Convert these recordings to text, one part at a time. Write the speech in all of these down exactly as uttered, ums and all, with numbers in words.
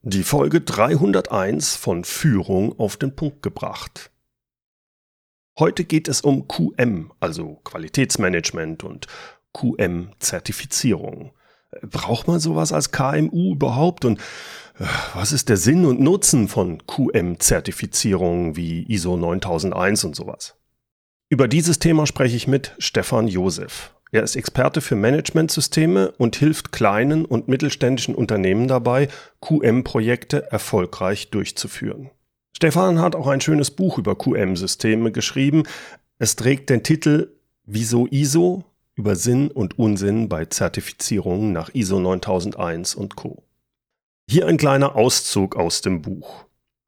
Die Folge dreihunderteins von Führung auf den Punkt gebracht. Heute geht es um Q M, also Qualitätsmanagement und Q M-Zertifizierung. Braucht man sowas als K M U überhaupt? Und was ist der Sinn und Nutzen von Q M-Zertifizierungen wie I S O neuntausendeins und sowas? Über dieses Thema spreche ich mit Stefan Josef. Er ist Experte für Managementsysteme und hilft kleinen und mittelständischen Unternehmen dabei, Q M-Projekte erfolgreich durchzuführen. Stefan hat auch ein schönes Buch über Q M-Systeme geschrieben. Es trägt den Titel Wieso I S O? Über Sinn und Unsinn bei Zertifizierungen nach I S O neuntausendeins und Co. Hier ein kleiner Auszug aus dem Buch.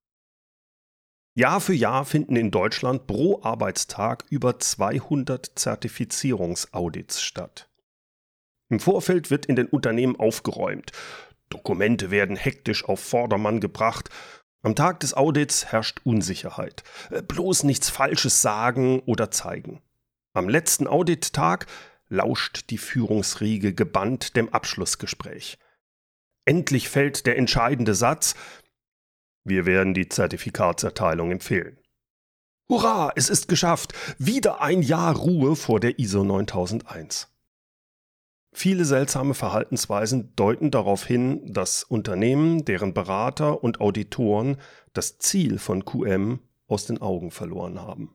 Jahr für Jahr finden in Deutschland pro Arbeitstag über zweihundert Zertifizierungsaudits statt. Im Vorfeld wird in den Unternehmen aufgeräumt. Dokumente werden hektisch auf Vordermann gebracht. Am Tag des Audits herrscht Unsicherheit. Bloß nichts Falsches sagen oder zeigen. Am letzten Audittag lauscht die Führungsriege gebannt dem Abschlussgespräch. Endlich fällt der entscheidende Satz: Wir werden die Zertifikatserteilung empfehlen. Hurra, es ist geschafft! Wieder ein Jahr Ruhe vor der I S O neuntausendeins. Viele seltsame Verhaltensweisen deuten darauf hin, dass Unternehmen, deren Berater und Auditoren das Ziel von Q M aus den Augen verloren haben.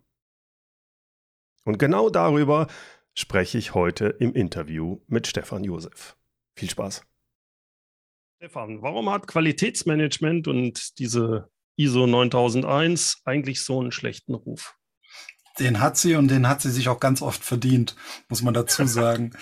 Und genau darüber spreche ich heute im Interview mit Stefan Josef. Viel Spaß! Stefan, warum hat Qualitätsmanagement und diese I S O neuntausendeins eigentlich so einen schlechten Ruf? Den hat sie und den hat sie sich auch ganz oft verdient, muss man dazu sagen.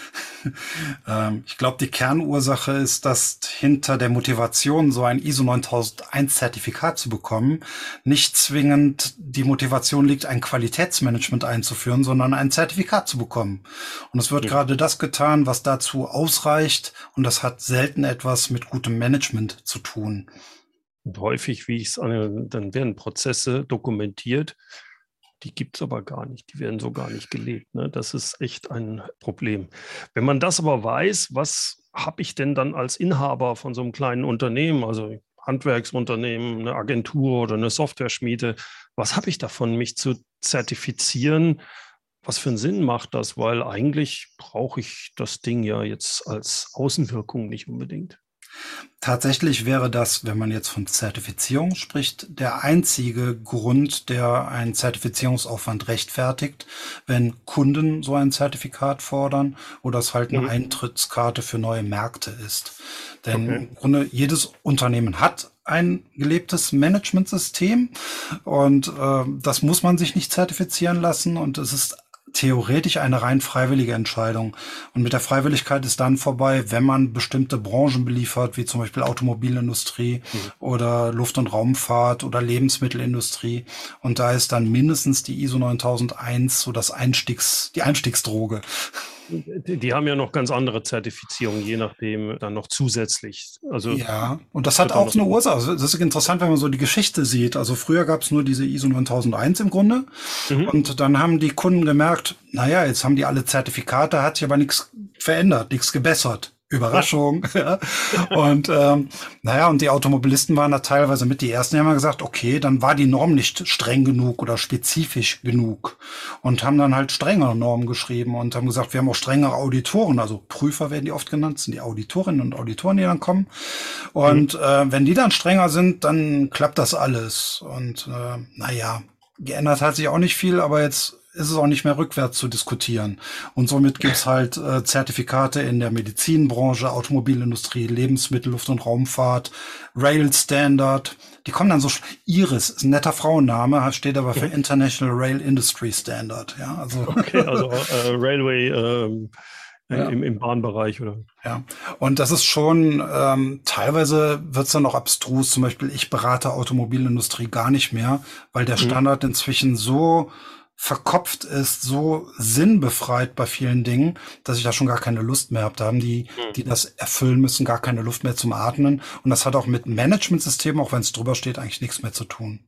ähm, ich glaube, die Kernursache ist, dass hinter der Motivation, so ein I S O neuntausendeins Zertifikat zu bekommen, nicht zwingend die Motivation liegt, ein Qualitätsmanagement einzuführen, sondern ein Zertifikat zu bekommen. Und es wird ja. gerade das getan, was dazu ausreicht, und das hat selten etwas mit gutem Management zu tun. Und häufig, wie ich es an, dann werden Prozesse dokumentiert. Die gibt es aber gar nicht, die werden so gar nicht gelebt. Ne? Das ist echt ein Problem. Wenn man das aber weiß, was habe ich denn dann als Inhaber von so einem kleinen Unternehmen, also Handwerksunternehmen, eine Agentur oder eine Software-Schmiede, was habe ich davon, mich zu zertifizieren? Was für einen Sinn macht das? Weil eigentlich brauche ich das Ding ja jetzt als Außenwirkung nicht unbedingt. Tatsächlich wäre das, wenn man jetzt von Zertifizierung spricht, der einzige Grund, der einen Zertifizierungsaufwand rechtfertigt, wenn Kunden so ein Zertifikat fordern oder es halt eine mhm. Eintrittskarte für neue Märkte ist. Denn okay. im Grunde jedes Unternehmen hat ein gelebtes Managementsystem und äh, das muss man sich nicht zertifizieren lassen, und es ist theoretisch eine rein freiwillige Entscheidung. Und mit der Freiwilligkeit ist dann vorbei, wenn man bestimmte Branchen beliefert, wie zum Beispiel Automobilindustrie mhm. oder Luft- und Raumfahrt oder Lebensmittelindustrie. Und da ist dann mindestens die I S O neuntausendeins so das Einstiegs, die Einstiegsdroge. Die, die haben ja noch ganz andere Zertifizierungen, je nachdem dann noch zusätzlich. Also ja, und das hat auch eine Ursache. Also das ist interessant, wenn man so die Geschichte sieht. Also früher gab es nur diese I S O neuntausendeins im Grunde. Mhm. Und dann haben die Kunden gemerkt, naja, jetzt haben die alle Zertifikate, hat sich aber nichts verändert, nichts gebessert. Überraschung. Ja. Und ähm, naja, und die Automobilisten waren da teilweise mit die Ersten, die haben ja gesagt, okay, dann war die Norm nicht streng genug oder spezifisch genug, und haben dann halt strengere Normen geschrieben und haben gesagt, wir haben auch strengere Auditoren, also Prüfer werden die oft genannt, sind die Auditorinnen und Auditoren, die dann kommen. Und mhm. äh, wenn die dann strenger sind, dann klappt das alles. Und äh, naja, geändert hat sich auch nicht viel, aber jetzt ist es auch nicht mehr rückwärts zu diskutieren. Und somit gibt's halt äh, Zertifikate in der Medizinbranche, Automobilindustrie, Lebensmittel, Luft- und Raumfahrt, Rail Standard. Die kommen dann so, Iris ist ein netter Frauenname, steht aber für International Rail Industry Standard. Ja, also, okay, also äh, Railway ähm, ja. im, im Bahnbereich, oder? Ja, und das ist schon, ähm, teilweise wird's dann auch abstrus. Zum Beispiel, ich berate Automobilindustrie gar nicht mehr, weil der Standard mhm. inzwischen so verkopft ist, so sinnbefreit bei vielen Dingen, dass ich da schon gar keine Lust mehr habe. Da haben die, die das erfüllen müssen, gar keine Luft mehr zum Atmen. Und das hat auch mit Managementsystemen, auch wenn es drüber steht, eigentlich nichts mehr zu tun.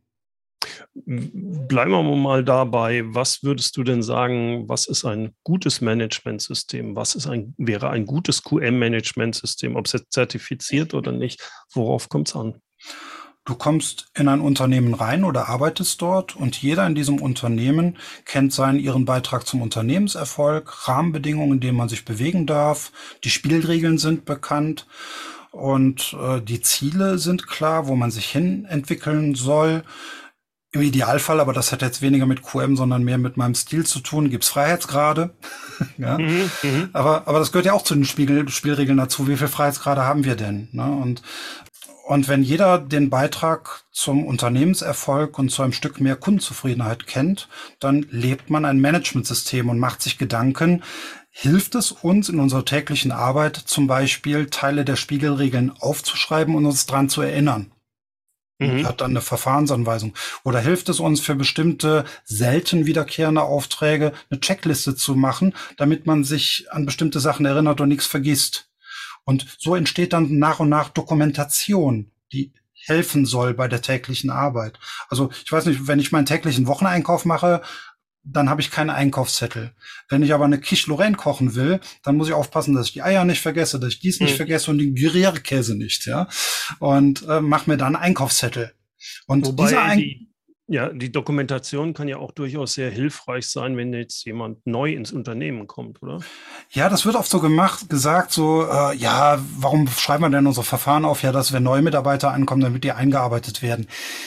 Bleiben wir mal dabei. Was würdest du denn sagen, was ist ein gutes Managementsystem? Was ist ein, wäre ein gutes Q M-Managementsystem? Ob es jetzt zertifiziert oder nicht, worauf kommt es an? Du kommst in ein Unternehmen rein oder arbeitest dort und jeder in diesem Unternehmen kennt seinen ihren Beitrag zum Unternehmenserfolg, Rahmenbedingungen, in denen man sich bewegen darf, die Spielregeln sind bekannt und äh, die Ziele sind klar, wo man sich hin entwickeln soll. Im Idealfall, aber das hat jetzt weniger mit Q M, sondern mehr mit meinem Stil zu tun, gibt's Freiheitsgrade. ja. Mhm, mh. aber, aber das gehört ja auch zu den Spiegel, Spielregeln dazu. Wie viele Freiheitsgrade haben wir denn? Ne? Und Und wenn jeder den Beitrag zum Unternehmenserfolg und zu einem Stück mehr Kundenzufriedenheit kennt, dann lebt man ein Managementsystem und macht sich Gedanken, hilft es uns in unserer täglichen Arbeit zum Beispiel Teile der Spiegelregeln aufzuschreiben und uns dran zu erinnern? Mhm. Hat dann eine Verfahrensanweisung. Oder hilft es uns für bestimmte selten wiederkehrende Aufträge eine Checkliste zu machen, damit man sich an bestimmte Sachen erinnert und nichts vergisst? Und so entsteht dann nach und nach Dokumentation, die helfen soll bei der täglichen Arbeit. Also ich weiß nicht, wenn ich meinen täglichen Wocheneinkauf mache, dann habe ich keinen Einkaufszettel. Wenn ich aber eine Quiche Lorraine kochen will, dann muss ich aufpassen, dass ich die Eier nicht vergesse, dass ich dies nicht mhm. vergesse und den Gruyère-Käse nicht, ja. Und äh, mache mir dann einen Einkaufszettel. Und Wobei dieser Ein- die, ja, die Dokumentation kann ja auch durchaus sehr hilfreich sein, wenn jetzt jemand neu ins Unternehmen kommt, oder? Ja, das wird oft so gemacht, gesagt, so, äh, ja, warum schreiben wir denn unsere Verfahren auf? Ja, dass wenn neue Mitarbeiter ankommen, damit die eingearbeitet werden.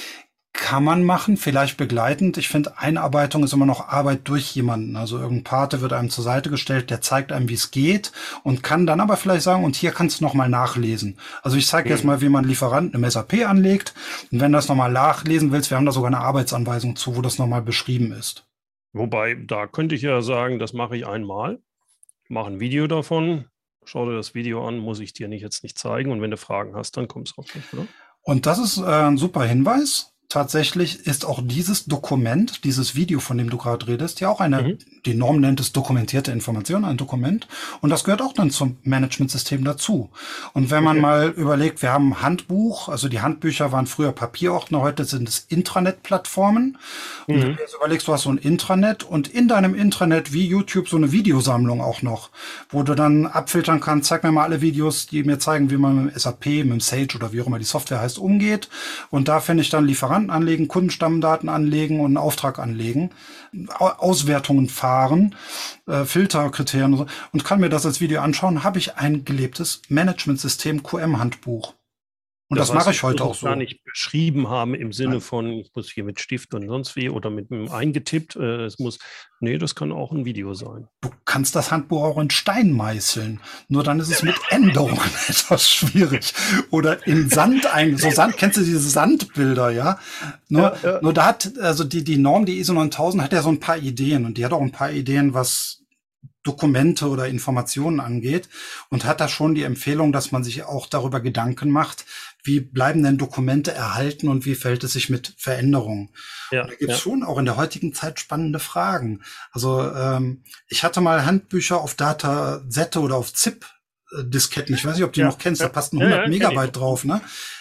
Kann man machen, vielleicht begleitend. Ich finde, Einarbeitung ist immer noch Arbeit durch jemanden. Also irgendein Pate wird einem zur Seite gestellt, der zeigt einem, wie es geht und kann dann aber vielleicht sagen, und hier kannst du noch mal nachlesen. Also ich zeige mhm. jetzt mal, wie man Lieferanten im S A P anlegt. Und wenn du das noch mal nachlesen willst, wir haben da sogar eine Arbeitsanweisung zu, wo das noch mal beschrieben ist. Wobei, da könnte ich ja sagen, das mache ich einmal, mache ein Video davon, schau dir das Video an, muss ich dir nicht jetzt nicht zeigen. Und wenn du Fragen hast, dann kommst du auf mich, oder? Und das ist äh, ein super Hinweis. Tatsächlich ist auch dieses Dokument, dieses Video, von dem du gerade redest, ja auch eine, mhm. die Norm nennt es dokumentierte Information, ein Dokument. Und das gehört auch dann zum Managementsystem dazu. Und wenn man okay. mal überlegt, wir haben ein Handbuch, also die Handbücher waren früher Papierordner, heute sind es Intranet-Plattformen. Und mhm. wenn du jetzt überlegst, du hast so ein Intranet und in deinem Intranet wie YouTube so eine Videosammlung auch noch, wo du dann abfiltern kannst, zeig mir mal alle Videos, die mir zeigen, wie man mit dem S A P, mit dem Sage oder wie auch immer die Software heißt, umgeht. Und da finde ich dann Lieferanten anlegen, Kundenstammdaten anlegen und einen Auftrag anlegen, Auswertungen fahren, äh, Filterkriterien und so, und kann mir das als Video anschauen, habe ich ein gelebtes Managementsystem Q M-Handbuch. Und das, das mache ich heute auch so. Gar nicht beschrieben haben im Sinne Nein. von, ich muss hier mit Stift und sonst wie oder mit einem eingetippt. Äh, es muss, nee, das kann auch ein Video sein. Du kannst das Handbuch auch in Stein meißeln. Nur dann ist es mit Änderungen etwas schwierig. Oder in Sand ein, so Sand, kennst du diese Sandbilder, ja? Nur, ja, ja. nur da hat, also die, die Norm, die I S O neuntausend hat ja so ein paar Ideen und die hat auch ein paar Ideen, was Dokumente oder Informationen angeht und hat da schon die Empfehlung, dass man sich auch darüber Gedanken macht, wie bleiben denn Dokumente erhalten und wie verhält es sich mit Veränderungen. Ja, und da gibt es ja. schon auch in der heutigen Zeit spannende Fragen. Also ähm, ich hatte mal Handbücher auf Datasette oder auf ZIP-Disketten. Ich weiß nicht, ob du die ja, noch kennst, ja. da passten hundert ja, ja, Megabyte drauf, ne?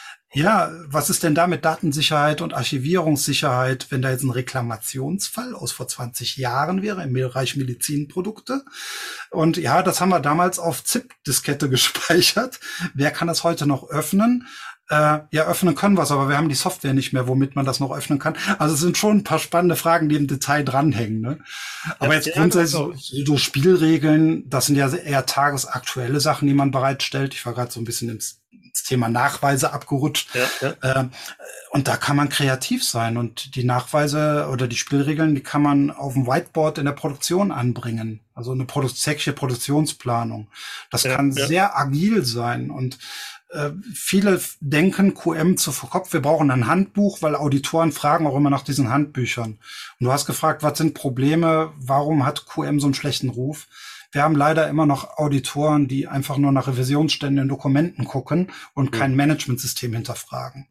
Ja, was ist denn da mit Datensicherheit und Archivierungssicherheit, wenn da jetzt ein Reklamationsfall aus vor zwanzig Jahren wäre im Bereich Medizinprodukte? Und ja, das haben wir damals auf ZIP-Diskette gespeichert. Wer kann das heute noch öffnen? Äh, ja, öffnen können wir es, aber wir haben die Software nicht mehr, womit man das noch öffnen kann. Also es sind schon ein paar spannende Fragen, die im Detail dranhängen. Ne? Aber ja, jetzt grundsätzlich so Spielregeln, das sind ja eher tagesaktuelle Sachen, die man bereitstellt. Ich war gerade so ein bisschen ins das Thema Nachweise abgerutscht. Ja, ja. Äh, und da kann man kreativ sein. Und die Nachweise oder die Spielregeln, die kann man auf dem Whiteboard in der Produktion anbringen. Also eine Produ- tägliche Produktionsplanung. Das ja, kann ja. sehr agil sein. Und äh, viele denken, Q M zu Kopf, wir brauchen ein Handbuch, weil Auditoren fragen auch immer nach diesen Handbüchern. Und du hast gefragt, was sind Probleme? Warum hat Q M so einen schlechten Ruf? Wir haben leider immer noch Auditoren, die einfach nur nach Revisionsständen in Dokumenten gucken und kein mhm. Managementsystem hinterfragen.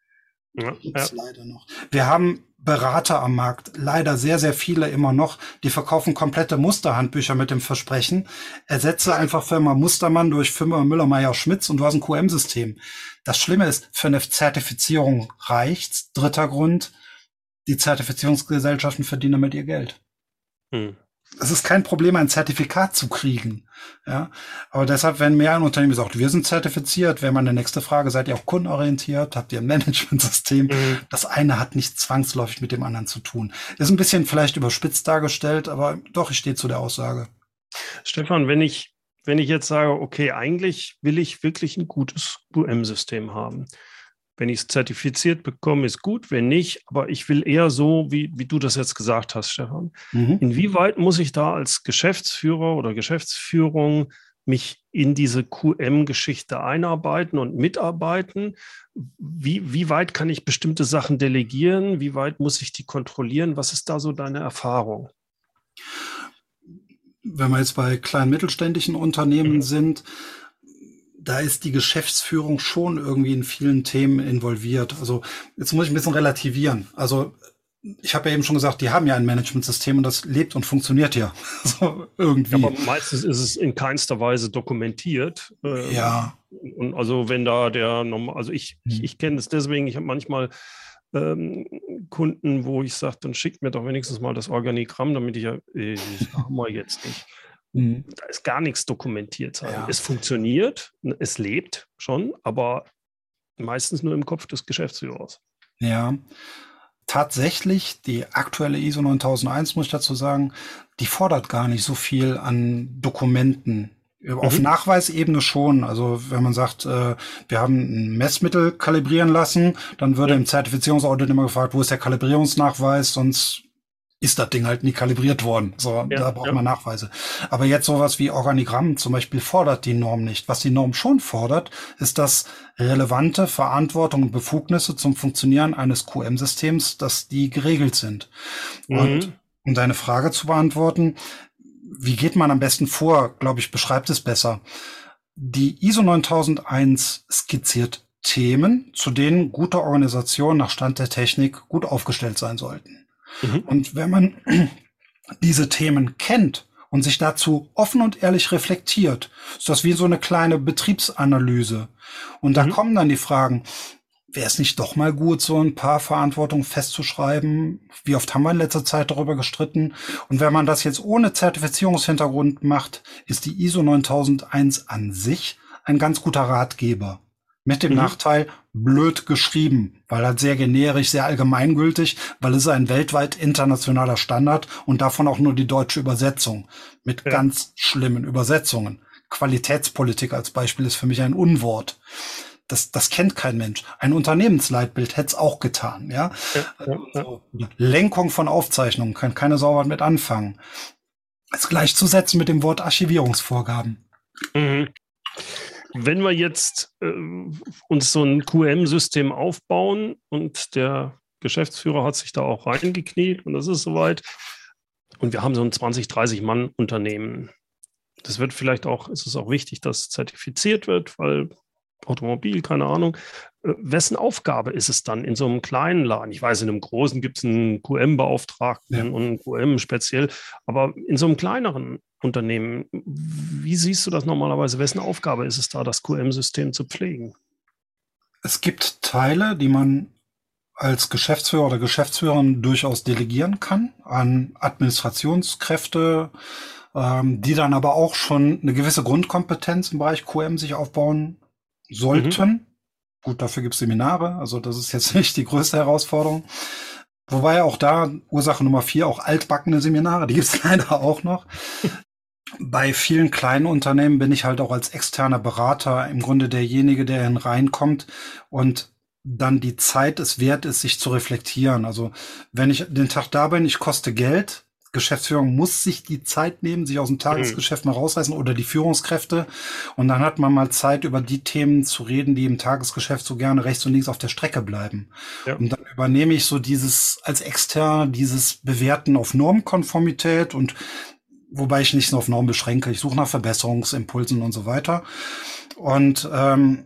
Ja, gibt's ja. leider noch. Wir haben Berater am Markt, leider sehr, sehr viele immer noch, die verkaufen komplette Musterhandbücher mit dem Versprechen, ersetze einfach Firma Mustermann durch Firma Müller-Meyer-Schmitz und du hast ein Q M-System. Das Schlimme ist, für eine Zertifizierung reicht's. Dritter Grund, die Zertifizierungsgesellschaften verdienen damit ihr Geld. Hm. es ist kein Problem, ein Zertifikat zu kriegen. Ja, aber deshalb, wenn mehr ein Unternehmen sagt, wir sind zertifiziert, wäre meine nächste Frage, seid ihr auch kundenorientiert? Habt ihr ein Managementsystem? Mhm. Das eine hat nicht zwangsläufig mit dem anderen zu tun. Ist ein bisschen vielleicht überspitzt dargestellt, aber doch, ich stehe zu der Aussage. Stefan, wenn ich, wenn ich jetzt sage, okay, eigentlich will ich wirklich ein gutes Q M-System haben. Wenn ich es zertifiziert bekomme, ist gut, wenn nicht, aber ich will eher so, wie, wie du das jetzt gesagt hast, Stefan. Mhm. Inwieweit muss ich da als Geschäftsführer oder Geschäftsführung mich in diese Q M-Geschichte einarbeiten und mitarbeiten? Wie, wie weit kann ich bestimmte Sachen delegieren? Wie weit muss ich die kontrollieren? Was ist da so deine Erfahrung? Wenn wir jetzt bei kleinen mittelständischen Unternehmen mhm. sind, da ist die Geschäftsführung schon irgendwie in vielen Themen involviert. Also jetzt muss ich ein bisschen relativieren. Also ich habe ja eben schon gesagt, die haben ja ein Managementsystem und das lebt und funktioniert ja. Also irgendwie. Ja, aber meistens ist es in keinster Weise dokumentiert. Ja. Und also wenn da der normal, also ich, hm. ich, ich kenne es deswegen, ich habe manchmal ähm, Kunden, wo ich sage, dann schickt mir doch wenigstens mal das Organigramm, damit ich ja, äh, das haben wir jetzt nicht. Mhm. Da ist gar nichts dokumentiert. Ja. Es funktioniert, es lebt schon, aber meistens nur im Kopf des Geschäftsführers. Ja, tatsächlich, die aktuelle I S O neuntausendeins, muss ich dazu sagen, die fordert gar nicht so viel an Dokumenten. Mhm. Auf Nachweisebene schon. Also wenn man sagt, äh, wir haben ein Messmittel kalibrieren lassen, dann würde ja. im Zertifizierungsaudit immer gefragt, wo ist der Kalibrierungsnachweis, sonst ist das Ding halt nie kalibriert worden. So, ja, da braucht ja. man Nachweise. Aber jetzt sowas wie Organigramm zum Beispiel fordert die Norm nicht. Was die Norm schon fordert, ist, dass relevante Verantwortung und Befugnisse zum Funktionieren eines Q M-Systems, dass die geregelt sind. Mhm. Und um deine Frage zu beantworten, wie geht man am besten vor? Glaube ich, beschreibt es besser. Die I S O neuntausendeins skizziert Themen, zu denen gute Organisationen nach Stand der Technik gut aufgestellt sein sollten. Mhm. Und wenn man diese Themen kennt und sich dazu offen und ehrlich reflektiert, ist das wie so eine kleine Betriebsanalyse. Und da mhm. kommen dann die Fragen, wäre es nicht doch mal gut, so ein paar Verantwortungen festzuschreiben? Wie oft haben wir in letzter Zeit darüber gestritten? Und wenn man das jetzt ohne Zertifizierungshintergrund macht, ist die I S O neuntausendeins an sich ein ganz guter Ratgeber. Mit dem mhm. Nachteil, blöd geschrieben, weil halt sehr generisch, sehr allgemeingültig, weil es ein weltweit internationaler Standard und davon auch nur die deutsche Übersetzung mit ja. ganz schlimmen Übersetzungen. Qualitätspolitik als Beispiel ist für mich ein Unwort. Das, das kennt kein Mensch. Ein Unternehmensleitbild hätte es auch getan, ja. ja, ja, ja. Lenkung von Aufzeichnungen kann keine Sauber mit anfangen. Es gleichzusetzen mit dem Wort Archivierungsvorgaben. Mhm. Wenn wir jetzt äh, uns so ein Q M-System aufbauen und der Geschäftsführer hat sich da auch reingekniet und das ist soweit und wir haben so ein zwanzig, dreißig Mann Unternehmen. Das wird vielleicht auch, ist es auch wichtig, dass zertifiziert wird, weil Automobil, keine Ahnung. Äh, wessen Aufgabe ist es dann in so einem kleinen Laden? Ich weiß, in einem großen gibt es einen Q M-Beauftragten ja. und einen Q M speziell, aber in so einem kleineren Unternehmen, wie siehst du das normalerweise? Wessen Aufgabe ist es da, das Q M-System zu pflegen? Es gibt Teile, die man als Geschäftsführer oder Geschäftsführerin durchaus delegieren kann an Administrationskräfte, ähm, die dann aber auch schon eine gewisse Grundkompetenz im Bereich Q M sich aufbauen sollten. Mhm. Gut, dafür gibt es Seminare, also das ist jetzt nicht die größte Herausforderung. Wobei auch da Ursache Nummer vier, auch altbackene Seminare, die gibt es leider auch noch. Bei vielen kleinen Unternehmen bin ich halt auch als externer Berater im Grunde derjenige, der in reinkommt und dann die Zeit es wert ist, sich zu reflektieren. Also wenn ich den Tag da bin, ich koste Geld, Geschäftsführung muss sich die Zeit nehmen, sich aus dem Tagesgeschäft mal rausreißen oder die Führungskräfte. Und dann hat man mal Zeit, über die Themen zu reden, die im Tagesgeschäft so gerne rechts und links auf der Strecke bleiben. Ja. Und dann übernehme ich so dieses als extern, dieses Bewerten auf Normkonformität und wobei ich nicht nur auf Norm beschränke. Ich suche nach Verbesserungsimpulsen und so weiter. Und ähm,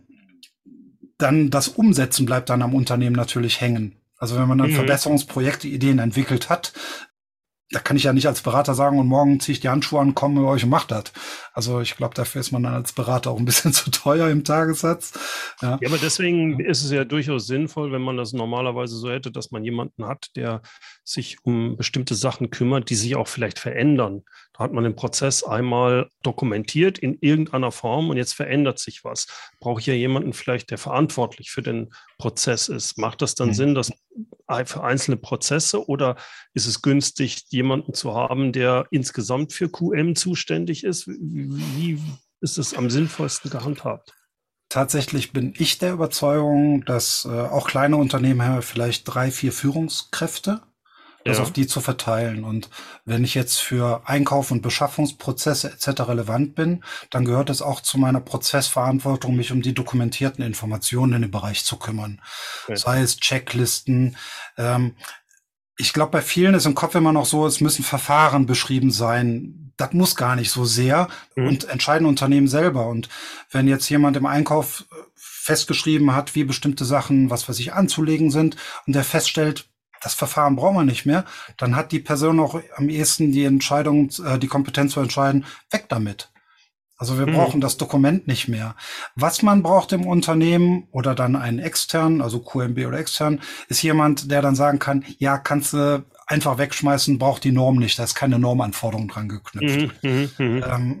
dann das Umsetzen bleibt dann am Unternehmen natürlich hängen. Also wenn man dann mhm. Verbesserungsprojekte, Ideen entwickelt hat, da kann ich ja nicht als Berater sagen, und morgen ziehe ich die Handschuhe an, komme mit euch und macht das. Also ich glaube, dafür ist man dann als Berater auch ein bisschen zu teuer im Tagessatz. Ja, ja, aber deswegen ist es ja durchaus sinnvoll, wenn man das normalerweise so hätte, dass man jemanden hat, der sich um bestimmte Sachen kümmert, die sich auch vielleicht verändern. Da hat man den Prozess einmal dokumentiert in irgendeiner Form und jetzt verändert sich was. Brauche ich ja jemanden vielleicht, der verantwortlich für den Prozess ist. Macht das dann mhm. Sinn, dass für einzelne Prozesse, oder ist es günstig, jemanden zu haben, der insgesamt für Q M zuständig ist? Wie, wie ist es am sinnvollsten gehandhabt? Tatsächlich bin ich der Überzeugung, dass äh, auch kleine Unternehmen haben vielleicht drei, vier Führungskräfte, also ja. auf die zu verteilen. Und wenn ich jetzt für Einkauf und Beschaffungsprozesse et cetera relevant bin, dann gehört es auch zu meiner Prozessverantwortung, mich um die dokumentierten Informationen in dem Bereich zu kümmern. Okay. Sei es Checklisten. Ähm, ich glaube, bei vielen ist im Kopf immer noch so, es müssen Verfahren beschrieben sein. Das muss gar nicht so sehr mhm. und entscheiden Unternehmen selber. Und wenn jetzt jemand im Einkauf festgeschrieben hat, wie bestimmte Sachen, was weiß ich, anzulegen sind, und der feststellt, das Verfahren brauchen wir nicht mehr, dann hat die Person auch am ehesten die Entscheidung, äh, die Kompetenz zu entscheiden, weg damit. Also wir mhm. brauchen das Dokument nicht mehr. Was man braucht im Unternehmen oder dann einen externen, also Q M B oder extern, ist jemand, der dann sagen kann, ja, kannst du einfach wegschmeißen, braucht die Norm nicht, da ist keine Normanforderung dran geknüpft. Mhm. Mhm. Ähm,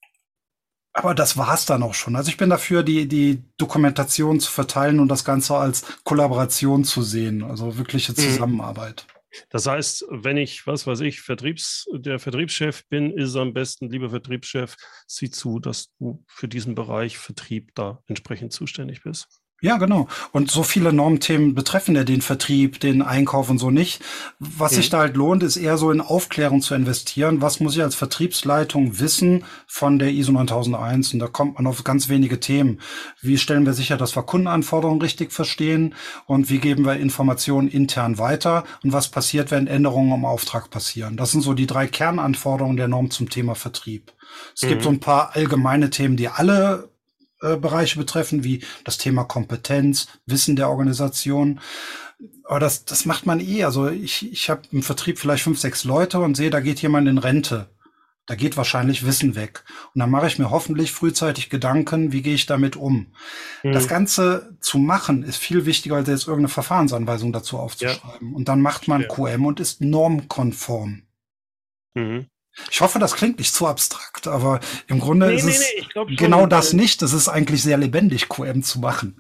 Aber das war's dann auch schon. Also ich bin dafür, die, die Dokumentation zu verteilen und das Ganze als Kollaboration zu sehen. Also wirkliche Zusammenarbeit. Das heißt, wenn ich, was weiß ich, Vertriebs, der Vertriebschef bin, ist es am besten, lieber Vertriebschef, sieh zu, dass du für diesen Bereich Vertrieb da entsprechend zuständig bist. Ja, genau. Und so viele Normthemen betreffen ja den Vertrieb, den Einkauf und so nicht. Was mhm. sich da halt lohnt, ist eher so in Aufklärung zu investieren. Was muss ich als Vertriebsleitung wissen von der I S O neuntausendeins? Und da kommt man auf ganz wenige Themen. Wie stellen wir sicher, dass wir Kundenanforderungen richtig verstehen? Und wie geben wir Informationen intern weiter? Und was passiert, wenn Änderungen am Auftrag passieren? Das sind so die drei Kernanforderungen der Norm zum Thema Vertrieb. Es mhm. gibt so ein paar allgemeine Themen, die alle Bereiche betreffen, wie das Thema Kompetenz, Wissen der Organisation. Aber das, das macht man eh. Also ich, ich habe im Vertrieb vielleicht fünf, sechs Leute und sehe, da geht jemand in Rente. Da geht wahrscheinlich Wissen weg. Und dann mache ich mir hoffentlich frühzeitig Gedanken, wie gehe ich damit um. Mhm. Das Ganze zu machen ist viel wichtiger, als jetzt irgendeine Verfahrensanweisung dazu aufzuschreiben. Ja. Und dann macht man ja. Q M und ist normkonform. Mhm. Ich hoffe, das klingt nicht zu abstrakt, aber im Grunde nee, ist nee, es nee, schon, genau das nicht. Es ist eigentlich sehr lebendig, Q M zu machen.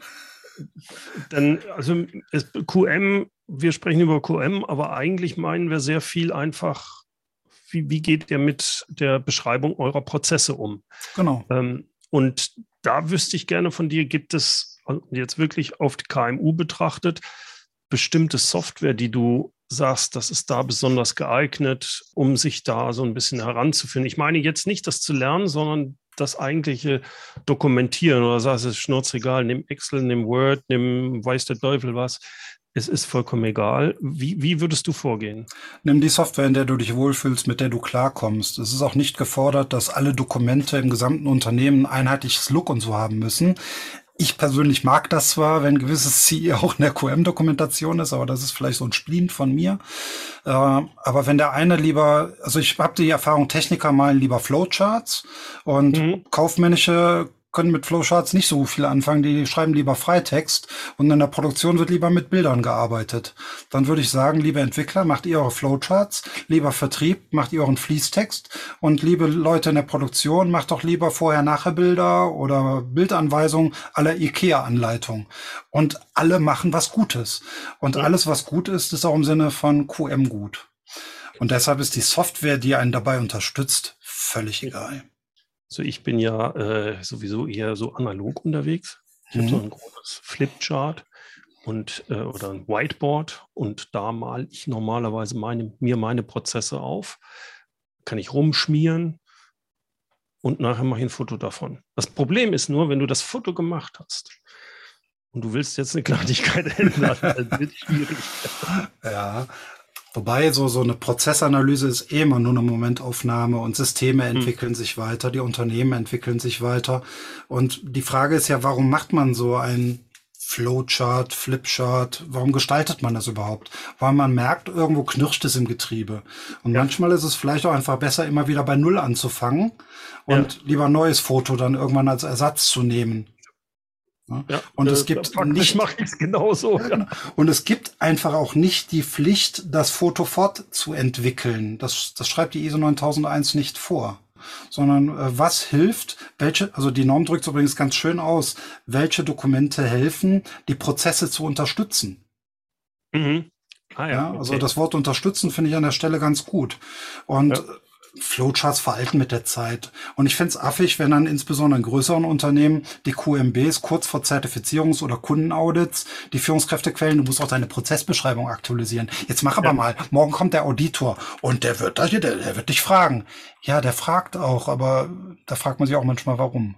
Dann, also es, Q M, wir sprechen über Q M, aber eigentlich meinen wir sehr viel einfach, wie, wie geht ihr mit der Beschreibung eurer Prozesse um? Genau. Ähm, und da wüsste ich gerne von dir, gibt es jetzt wirklich auf die K M U betrachtet bestimmte Software, die du sagst, das ist da besonders geeignet, um sich da so ein bisschen heranzuführen. Ich meine jetzt nicht das zu lernen, sondern das eigentliche Dokumentieren. Oder sagst du, es ist schnurzegal, nimm Excel, nimm Word, nimm weiß der Teufel was. Es ist vollkommen egal. Wie, wie würdest du vorgehen? Nimm die Software, in der du dich wohlfühlst, mit der du klarkommst. Es ist auch nicht gefordert, dass alle Dokumente im gesamten Unternehmen ein einheitliches Look und so haben müssen. Ich persönlich mag das zwar, wenn gewisses C I auch in der Q M-Dokumentation ist, aber das ist vielleicht so ein Spleen von mir. Äh, aber wenn der eine lieber, also ich habe die Erfahrung, Techniker malen lieber Flowcharts und mhm. kaufmännische können mit Flowcharts nicht so viel anfangen, die schreiben lieber Freitext und in der Produktion wird lieber mit Bildern gearbeitet. Dann würde ich sagen, liebe Entwickler, macht ihr eure Flowcharts, lieber Vertrieb, macht ihr euren Fließtext und liebe Leute in der Produktion, macht doch lieber Vorher-Nachher-Bilder oder Bildanweisungen aller IKEA-Anleitung. Und alle machen was Gutes. Und ja. alles, was gut ist, ist auch im Sinne von Q M gut. Und deshalb ist die Software, die einen dabei unterstützt, völlig egal. Also ich bin ja äh, sowieso eher so analog unterwegs. Ich mhm. habe so ein großes Flipchart und äh, oder ein Whiteboard und da male ich normalerweise meine, mir meine Prozesse auf, kann ich rumschmieren und nachher mache ich ein Foto davon. Das Problem ist nur, wenn du das Foto gemacht hast und du willst jetzt eine Kleinigkeit ändern, dann wird es schwierig. Ja. Wobei so, so eine Prozessanalyse ist eh immer nur eine Momentaufnahme und Systeme entwickeln hm. sich weiter, die Unternehmen entwickeln sich weiter. Und die Frage ist ja, warum macht man so ein Flowchart, Flipchart, warum gestaltet man das überhaupt? Weil man merkt, irgendwo knirscht es im Getriebe. Und ja. manchmal ist es vielleicht auch einfach besser, immer wieder bei Null anzufangen und ja. lieber ein neues Foto dann irgendwann als Ersatz zu nehmen. Ja? Ja, und es gibt nicht, mache ich es genauso. Ja. Und es gibt einfach auch nicht die Pflicht, das Foto fortzuentwickeln. Das, das schreibt die I S O neuntausendeins nicht vor. Sondern äh, was hilft, welche, also die Norm drückt es übrigens ganz schön aus, welche Dokumente helfen, die Prozesse zu unterstützen. Mhm. Ah, ja, ja, okay. Also das Wort unterstützen finde ich an der Stelle ganz gut. Und ja. Flowcharts veralten mit der Zeit. Und ich finde es affig, wenn dann insbesondere in größeren Unternehmen die Q M Bs kurz vor Zertifizierungs- oder Kundenaudits die Führungskräfte quälen, du musst auch deine Prozessbeschreibung aktualisieren. Jetzt mach aber ja. mal, morgen kommt der Auditor und der wird, der, der wird dich fragen. Ja, der fragt auch, aber da fragt man sich auch manchmal, warum.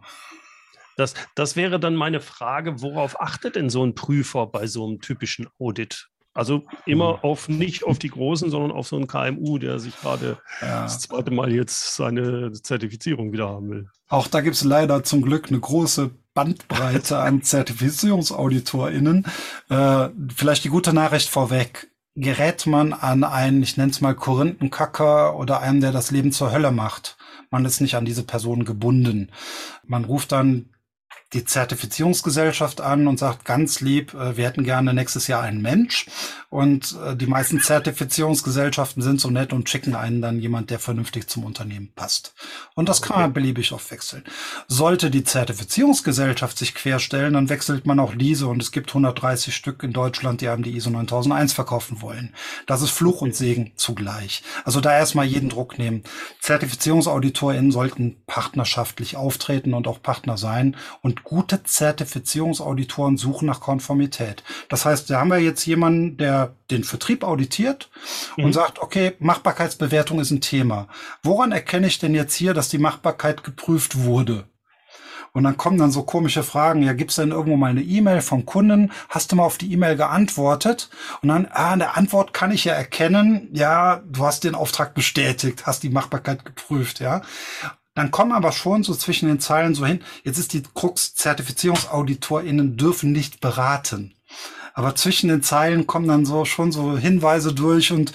Das, das wäre dann meine Frage, worauf achtet denn so ein Prüfer bei so einem typischen Audit? Also immer auf nicht auf die Großen, sondern auf so einen K M U, der sich gerade ja. das zweite Mal jetzt seine Zertifizierung wieder haben will. Auch da gibt es leider zum Glück eine große Bandbreite an ZertifizierungsauditorInnen. Äh, vielleicht die gute Nachricht vorweg. Gerät man an einen, ich nenne es mal Korinthenkacker oder einen, der das Leben zur Hölle macht, man ist nicht an diese Person gebunden. Man ruft dann die Zertifizierungsgesellschaft an und sagt ganz lieb, wir hätten gerne nächstes Jahr einen Mensch. Und die meisten Zertifizierungsgesellschaften sind so nett und schicken einen dann jemand, der vernünftig zum Unternehmen passt. Und das kann man beliebig oft wechseln. Sollte die Zertifizierungsgesellschaft sich querstellen, dann wechselt man auch diese. Und es gibt hundertdreißig Stück in Deutschland, die einem die I S O neuntausendeins verkaufen wollen. Das ist Fluch und Segen zugleich. Also da erstmal jeden Druck nehmen. ZertifizierungsauditorInnen sollten partnerschaftlich auftreten und auch Partner sein. Und gute Zertifizierungsauditoren suchen nach Konformität. Das heißt, da haben wir jetzt jemanden, der den Vertrieb auditiert mhm. und sagt, okay, Machbarkeitsbewertung ist ein Thema. Woran erkenne ich denn jetzt hier, dass die Machbarkeit geprüft wurde? Und dann kommen dann so komische Fragen. Ja, gibt's denn irgendwo mal eine E-Mail vom Kunden? Hast du mal auf die E-Mail geantwortet? Und dann, ah, in der Antwort kann ich ja erkennen, ja, du hast den Auftrag bestätigt, hast die Machbarkeit geprüft, ja. Dann kommen aber schon so zwischen den Zeilen so hin, jetzt ist die Krux, ZertifizierungsauditorInnen dürfen nicht beraten. Aber zwischen den Zeilen kommen dann so schon so Hinweise durch und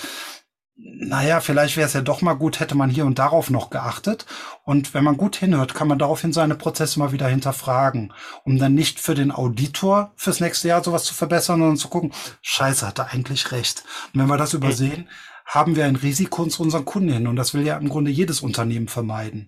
naja, vielleicht wäre es ja doch mal gut, hätte man hier und darauf noch geachtet. Und wenn man gut hinhört, kann man daraufhin seine Prozesse mal wieder hinterfragen, um dann nicht für den Auditor fürs nächste Jahr sowas zu verbessern, sondern zu gucken, scheiße, hat er eigentlich recht. Und wenn wir das übersehen, haben wir ein Risiko zu unseren Kunden hin. Und das will ja im Grunde jedes Unternehmen vermeiden.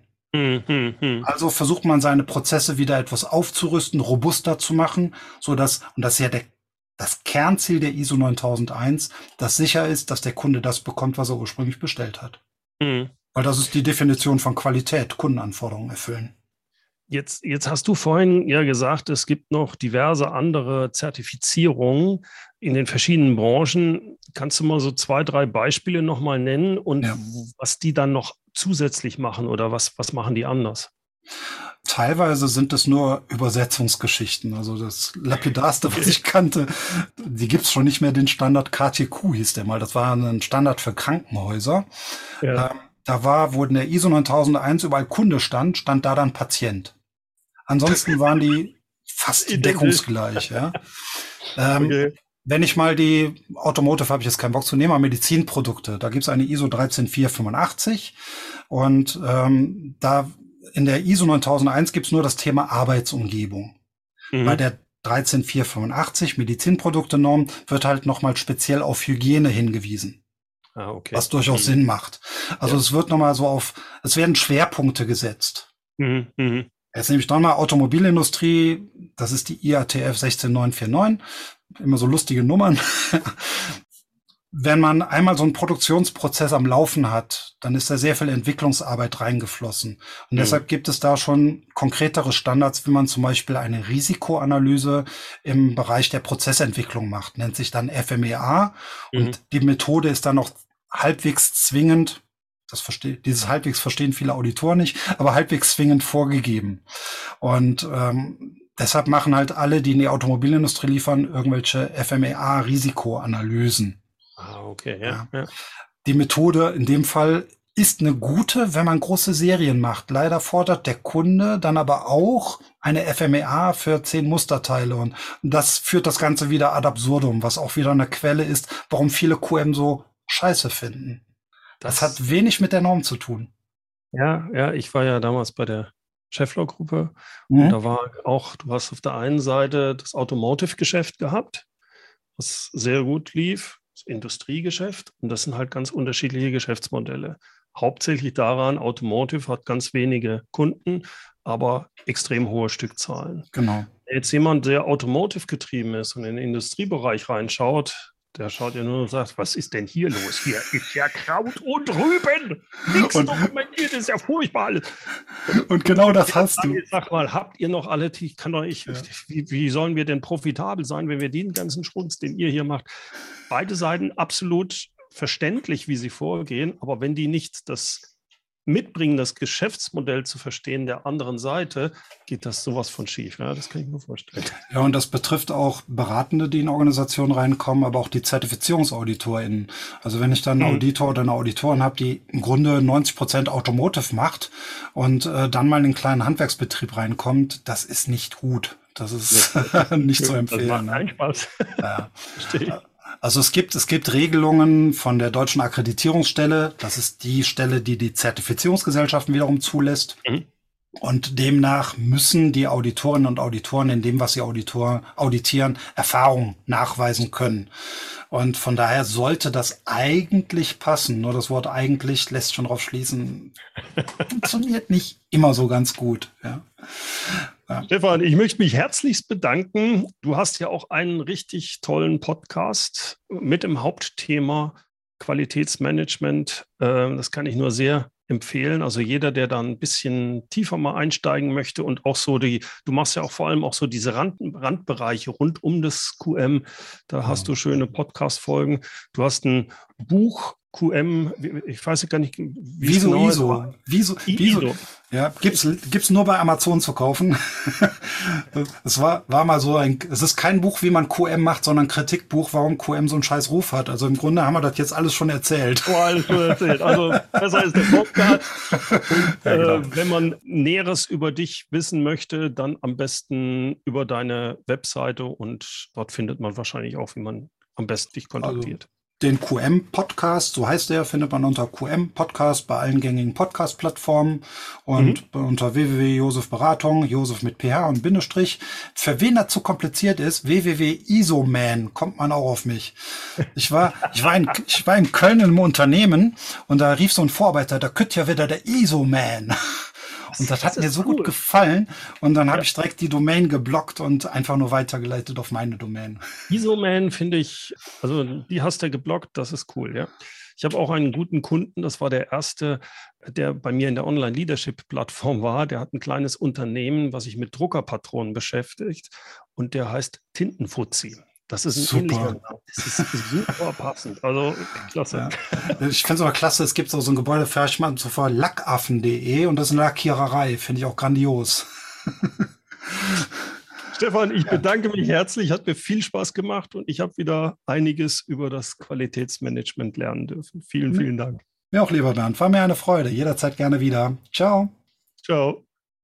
Also versucht man seine Prozesse wieder etwas aufzurüsten, robuster zu machen, so dass, und das ist ja der, das Kernziel der I S O neuntausendeins, dass sicher ist, dass der Kunde das bekommt, was er ursprünglich bestellt hat. Mhm. Weil das ist die Definition von Qualität, Kundenanforderungen erfüllen. Jetzt, jetzt hast du vorhin ja gesagt, es gibt noch diverse andere Zertifizierungen in den verschiedenen Branchen. Kannst du mal so zwei, drei Beispiele nochmal nennen und ja. was die dann noch zusätzlich machen oder was, was machen die anders? Teilweise sind es nur Übersetzungsgeschichten. Also das Lapidarste, was ich kannte, die gibt's schon nicht mehr, den Standard K T Q hieß der mal. Das war ein Standard für Krankenhäuser. Ja. Ähm, da war, wo in der I S O neuntausendeins überall Kunde stand, stand da dann Patient. Ansonsten waren die fast deckungsgleich. Ja. Ähm, okay. Wenn ich mal die Automotive, habe ich jetzt keinen Bock zu nehmen, aber Medizinprodukte, da gibt's eine I S O dreizehn vier fünfundachtzig und ähm, da in der I S O neuntausendeins gibt's nur das Thema Arbeitsumgebung. Mhm. Bei der dreizehn vier fünfundachtzig Medizinprodukte-Norm wird halt nochmal speziell auf Hygiene hingewiesen. Ah, okay. Was durchaus mhm. Sinn macht. Also ja. es wird nochmal so auf, es werden Schwerpunkte gesetzt. Mhm. Mhm. Jetzt nehme ich nochmal Automobilindustrie, das ist die I A T F sechzehn neun vier neun, immer so lustige Nummern. Wenn man einmal so einen Produktionsprozess am Laufen hat, dann ist da sehr viel Entwicklungsarbeit reingeflossen. Und mhm. deshalb gibt es da schon konkretere Standards, wie man zum Beispiel eine Risikoanalyse im Bereich der Prozessentwicklung macht. Nennt sich dann F M E A. Mhm. Und die Methode ist dann noch halbwegs zwingend, das versteht, dieses halbwegs verstehen viele Auditoren nicht, aber halbwegs zwingend vorgegeben. Und ähm, deshalb machen halt alle, die in die Automobilindustrie liefern, irgendwelche F M E A-Risikoanalysen. Ah, okay, ja, ja. Die Methode in dem Fall ist eine gute, wenn man große Serien macht. Leider fordert der Kunde dann aber auch eine F M E A für zehn Musterteile und das führt das Ganze wieder ad absurdum, was auch wieder eine Quelle ist, warum viele Q M so scheiße finden. Das, das hat wenig mit der Norm zu tun. Ja, ja, ich war ja damals bei der Schaeffler-Gruppe mhm. und da war auch, du hast auf der einen Seite das Automotive-Geschäft gehabt, was sehr gut lief, das Industriegeschäft, und das sind halt ganz unterschiedliche Geschäftsmodelle. Hauptsächlich daran, Automotive hat ganz wenige Kunden, aber extrem hohe Stückzahlen. Genau. Wenn jetzt jemand, der Automotive getrieben ist und in den Industriebereich reinschaut, der schaut ja nur und sagt, was ist denn hier los? Hier ist ja Kraut und Rüben. Nichts dokumentiert, ist ja furchtbar alles. Und genau das hast du. Sag mal, habt ihr noch alle, ich kann doch nicht, ja. wie, wie sollen wir denn profitabel sein, wenn wir den ganzen Schrunz, den ihr hier macht? Beide Seiten absolut verständlich, wie sie vorgehen, aber wenn die nicht das mitbringen, das Geschäftsmodell zu verstehen der anderen Seite, geht das sowas von schief. Ja, das kann ich mir vorstellen. Ja, und das betrifft auch Beratende, die in Organisationen reinkommen, aber auch die ZertifizierungsauditorInnen. Also wenn ich dann einen mhm. Auditor oder eine Auditorin habe, die im Grunde neunzig Prozent Automotive macht und äh, dann mal in einen kleinen Handwerksbetrieb reinkommt, das ist nicht gut. Das ist nicht zu empfehlen. Das macht keinen Spaß. Ja. Verstehe. Also es gibt, es gibt Regelungen von der Deutschen Akkreditierungsstelle. Das ist die Stelle, die die Zertifizierungsgesellschaften wiederum zulässt. Mhm. Und demnach müssen die Auditorinnen und Auditoren in dem, was sie Auditor, auditieren, Erfahrung nachweisen können. Und von daher sollte das eigentlich passen. Nur das Wort eigentlich lässt schon darauf schließen, funktioniert nicht immer so ganz gut. Ja. Ja. Stefan, ich möchte mich herzlichst bedanken. Du hast ja auch einen richtig tollen Podcast mit dem Hauptthema Qualitätsmanagement. Das kann ich nur sehr empfehlen. Also jeder, der da ein bisschen tiefer mal einsteigen möchte und auch so die, du machst ja auch vor allem auch so diese Rand, Randbereiche rund um das Q M. Da ja. hast du schöne Podcast-Folgen. Du hast ein Buch, Q M, ich weiß gar nicht, wie Wieso genau ISO. Wieso, Wieso. Ja, gibt's, gibt's nur bei Amazon zu kaufen. Es war, war mal so ein, es ist kein Buch, wie man Q M macht, sondern ein Kritikbuch, warum Q M so einen scheiß Ruf hat. Also im Grunde haben wir das jetzt alles schon erzählt. Oh, alles schon erzählt. Also besser ist der Podcast. Und, ja, genau. äh, wenn man Näheres über dich wissen möchte, dann am besten über deine Webseite und dort findet man wahrscheinlich auch, wie man am besten dich kontaktiert. Also den Q M-Podcast, so heißt der, findet man unter Q M-Podcast bei allen gängigen Podcast-Plattformen und mhm. unter w w w punkt josef beratung, Josef mit P H und Bindestrich. Für wen das zu kompliziert ist, w w w punkt isoman, kommt man auch auf mich. Ich war, ich war in, ich war in Köln im Unternehmen und da rief so ein Vorarbeiter, da könnte ja wieder der Isoman. Und das, das hat mir so cool. gut gefallen. Und dann habe ja. ich direkt die Domain geblockt und einfach nur weitergeleitet auf meine Domain. Isoman finde ich, also die hast du geblockt, das ist cool, ja. Ich habe auch einen guten Kunden, das war der erste, der bei mir in der Online-Leadership-Plattform war. Der hat ein kleines Unternehmen, was sich mit Druckerpatronen beschäftigt und der heißt Tintenfuzzi. Das ist ein super. ähnlicher Name. Das ist super passend. Also, klasse. Ja. Ich finde es aber klasse, es gibt so, so ein Gebäude, vielleicht mal zuvor lackaffen punkt de und das ist eine Lackiererei. Finde ich auch grandios. Stefan, ich bedanke mich herzlich. Hat mir viel Spaß gemacht und ich habe wieder einiges über das Qualitätsmanagement lernen dürfen. Vielen, vielen Dank. Mir auch, lieber Bernd. War mir eine Freude. Jederzeit gerne wieder. Ciao. Ciao.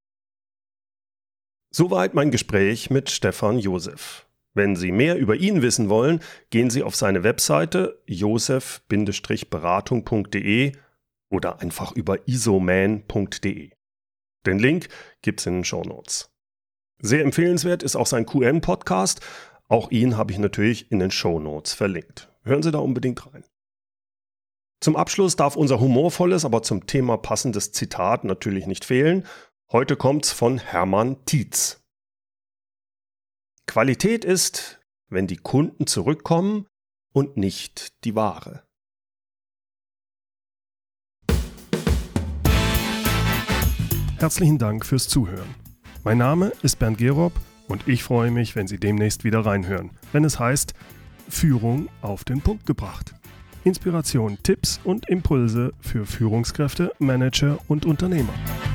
Soweit mein Gespräch mit Stefan Josef. Wenn Sie mehr über ihn wissen wollen, gehen Sie auf seine Webseite josef beratung punkt de oder einfach über isoman punkt de. Den Link gibt's in den Shownotes. Sehr empfehlenswert ist auch sein Q M-Podcast. Auch ihn habe ich natürlich in den Shownotes verlinkt. Hören Sie da unbedingt rein. Zum Abschluss darf unser humorvolles, aber zum Thema passendes Zitat natürlich nicht fehlen. Heute kommt's von Hermann Tietz. Qualität ist, wenn die Kunden zurückkommen und nicht die Ware. Herzlichen Dank fürs Zuhören. Mein Name ist Bernd Gerob und ich freue mich, wenn Sie demnächst wieder reinhören, wenn es heißt Führung auf den Punkt gebracht. Inspiration, Tipps und Impulse für Führungskräfte, Manager und Unternehmer.